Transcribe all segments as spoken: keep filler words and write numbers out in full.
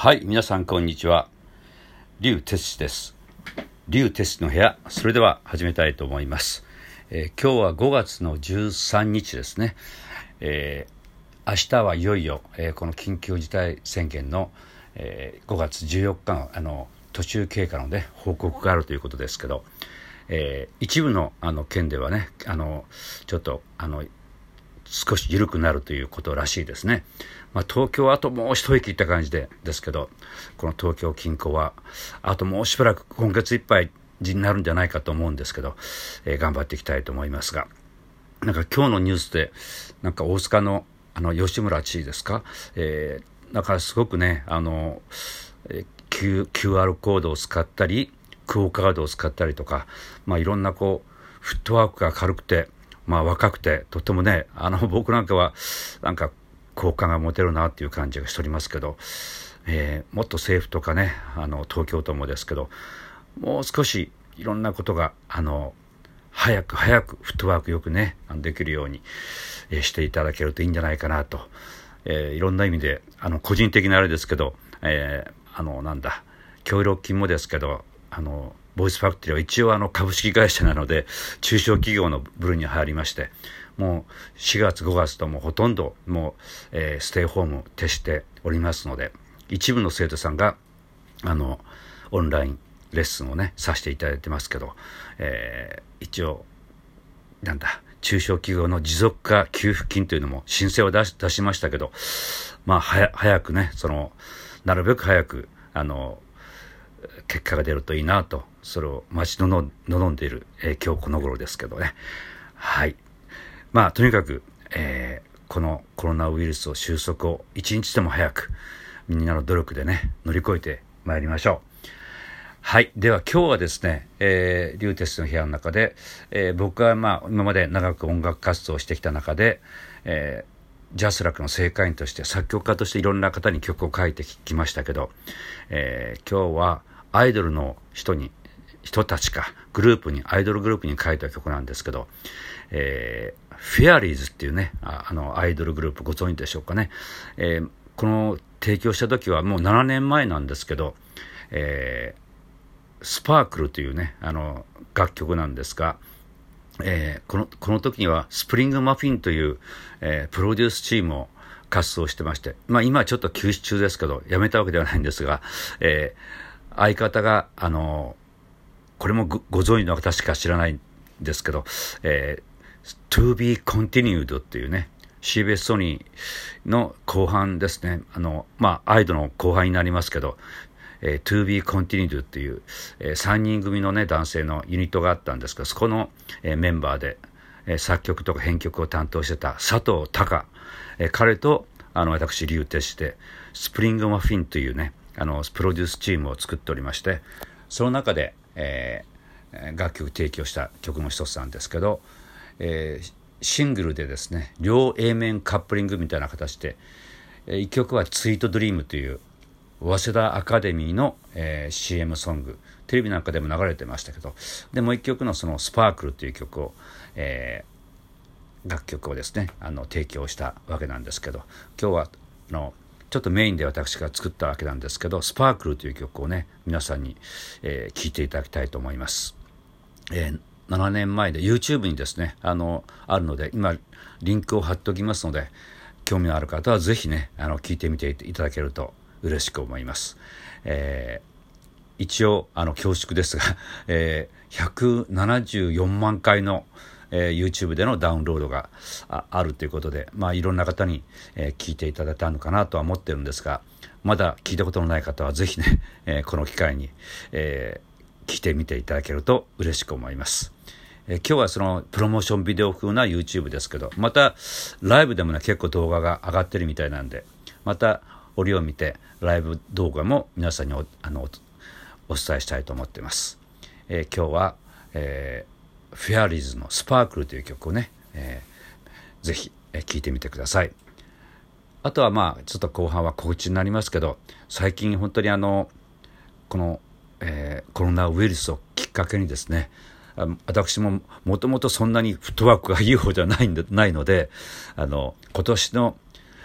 はい、皆さんこんにちは。劉哲司です。劉哲司の部屋、それでは始めたいと思います。えー、今日はごがつのじゅうさんにちですね。えー、明日はいよいよ、えー、この緊急事態宣言の、えー、ごがつじゅうよっかの、あの途中経過の、ね、報告があるということですけど、えー、一部の、あの県ではね、あのちょっとあの少し緩くなるということらしいですね。まあ、東京はあともう一息って感じでですけど、この東京近郊はあともうしばらく今月いっぱいになるんじゃないかと思うんですけど、えー、頑張っていきたいと思いますが、なんか今日のニュースでなんか大阪のあの吉村知事ですか、えー、だからすごくね、あの、えー、Q、キューアール コードを使ったりクオカードを使ったりとか、まあ、いろんなこうフットワークが軽くて、まあ、若くてとってもね、あの僕なんかはなんか好感が持てるなっていう感じがしておりますけど、えー、もっと政府とかね、あの東京都もですけど、もう少しいろんなことがあの早く早くフットワークよくねできるように、えー、していただけるといいんじゃないかなと、えー、いろんな意味であの個人的なあれですけど、えー、あのなんだ協力金もですけど、あのボイスファクトリーは一応あの株式会社なので中小企業の部類に入りまして、もうしがつごがつともほとんどもう、えー、ステイホーム徹しておりますので、一部の生徒さんがあのオンラインレッスンをねさせていただいてますけど、えー、一応なんだ中小企業の持続化給付金というのも申請を出し、出しましたけど、まあは早くね、そのなるべく早くあの結果が出るといいなと、それを待ち望んでいる、えー、今日この頃ですけどね。はい。まあとにかく、えー、このコロナウイルスを収束を一日でも早くみんなの努力でね乗り越えてまいりましょう。はい。では今日はですね、えー、劉哲司の部屋の中で、えー、僕はまあ今まで長く音楽活動をしてきた中で、えー、ジャスラックの正会員として作曲家としていろんな方に曲を書いてきましたけど、えー、今日はアイドルの人に人たちかグループにアイドルグループに書いた曲なんですけど、えー、フェアリーズっていうね あ, あのアイドルグループご存知でしょうかね。えー、この提供した時はもうななねんまえなんですけど、えー、スパークルというねあの楽曲なんですが、えー、このこの時にはスプリングマフィンという、えー、プロデュースチームを活動してまして、まあ今はちょっと休止中ですけど辞めたわけではないんですが、えー、相方があのこれも ご, ご存知の方しか知らないんですけど、えー、To be continued っていうね シービーエス ソニーの後半ですね、あのまあアイドルの後半になりますけど、えー、To be continued っていう、えー、さんにん組のね男性のユニットがあったんですが、そこの、えー、メンバーで、えー、作曲とか編曲を担当してた佐藤隆、えー、彼とあの私劉哲司でスプリングマフィンというねあのプロデュースチームを作っておりまして、その中で、えー、楽曲提供した曲の一つなんですけど、えー、シングルでですね両 A 面カップリングみたいな形で、えー、いっきょくはスイートドリームという早稲田アカデミーの、えー、シーエム ソング、テレビなんかでも流れてましたけど、でもういっきょくのそのスパークルという曲を、えー、楽曲をですねあの提供したわけなんですけど、今日はあのちょっとメインで私が作ったわけなんですけど、スパークルという曲をね皆さんに、えー、聴いていただきたいと思います。えー、ななねんまえで YouTube にですねあのあるので今リンクを貼っておきますので、興味のある方はぜひねあの聴いてみていただけると嬉しく思います。えー、一応あの恐縮ですが、えー、ひゃくななじゅうよんまんかいのえー、YouTube でのダウンロードが あ, あるということで、まあいろんな方に、えー、聞いていただいたのかなとは思ってるんですが、まだ聞いたことのない方はぜひね、えー、この機会に、えー、聞いてみていただけると嬉しく思います。えー、今日はそのプロモーションビデオ風な YouTube ですけど、またライブでもね結構動画が上がってるみたいなんで、また折を見てライブ動画も皆さんに お, あの お, お伝えしたいと思っています。えー、今日は、えーフェアリーズのスパークルという曲をね、えー、ぜひ聴、えー、いてみてください。あとはまあちょっと後半は告知になりますけど、最近本当にあのこの、えー、コロナウイルスをきっかけにですね、私ももともとそんなにフットワークがいい方じゃないんでないので、あの今年の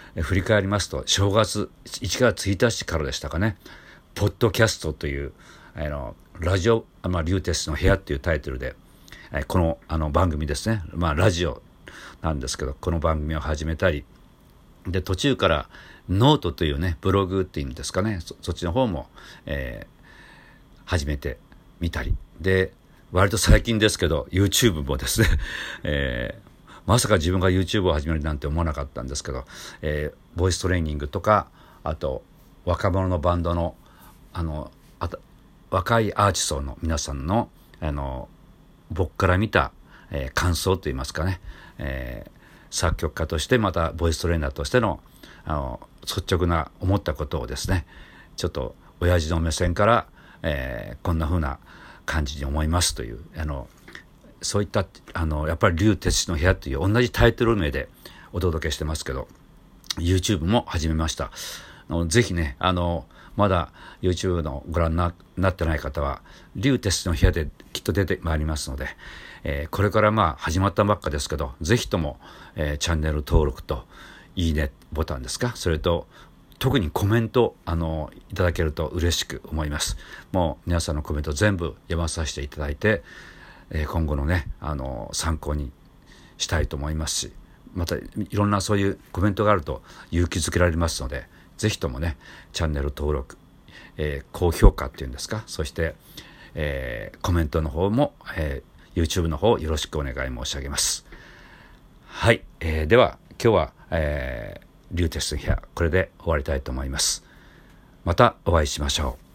え振り返りますと、正月いちがつついたちからでしたかね、ポッドキャストというあのラジオ、まあ、リューテスの部屋っていうタイトルで、えこのあの番組ですね、まあラジオなんですけど、この番組を始めたりで、途中からノートというねブログっていうんですかね、 そ, そっちの方も、えー、始めてみたりで、割と最近ですけど YouTube もですね、えー、まさか自分が YouTube を始めるなんて思わなかったんですけど、えー、ボイストレーニングとか、あと若者のバンドのあのあた若いアーティストの皆さんのあの僕から見た、えー、感想といいますかね、えー、作曲家としてまたボイストレーナーとしての、あの率直な思ったことをですね、ちょっと親父の目線から、えー、こんな風な感じに思いますという、あのそういったあのやっぱり竜哲司の部屋という同じタイトル名でお届けしてますけど、 YouTube も始めました。あのぜひね、あのまだ YouTube のご覧に な, なってない方は竜哲司の部屋できっと出てまいりますので、えー、これからまあ始まったばっかですけど、ぜひとも、えー、チャンネル登録といいねボタンですか、それと特にコメントあのいただけると嬉しく思います。もう皆さんのコメント全部読まさせていただいて、えー、今後のねあの参考にしたいと思いますし、またいろんなそういうコメントがあると勇気づけられますので、ぜひともねチャンネル登録、えー、高評価っていうんですか、そして、えー、コメントの方も、えー、YouTube の方よろしくお願い申し上げます。はい、えー、では今日は、えー、リューテスの部屋これで終わりたいと思います。またお会いしましょう。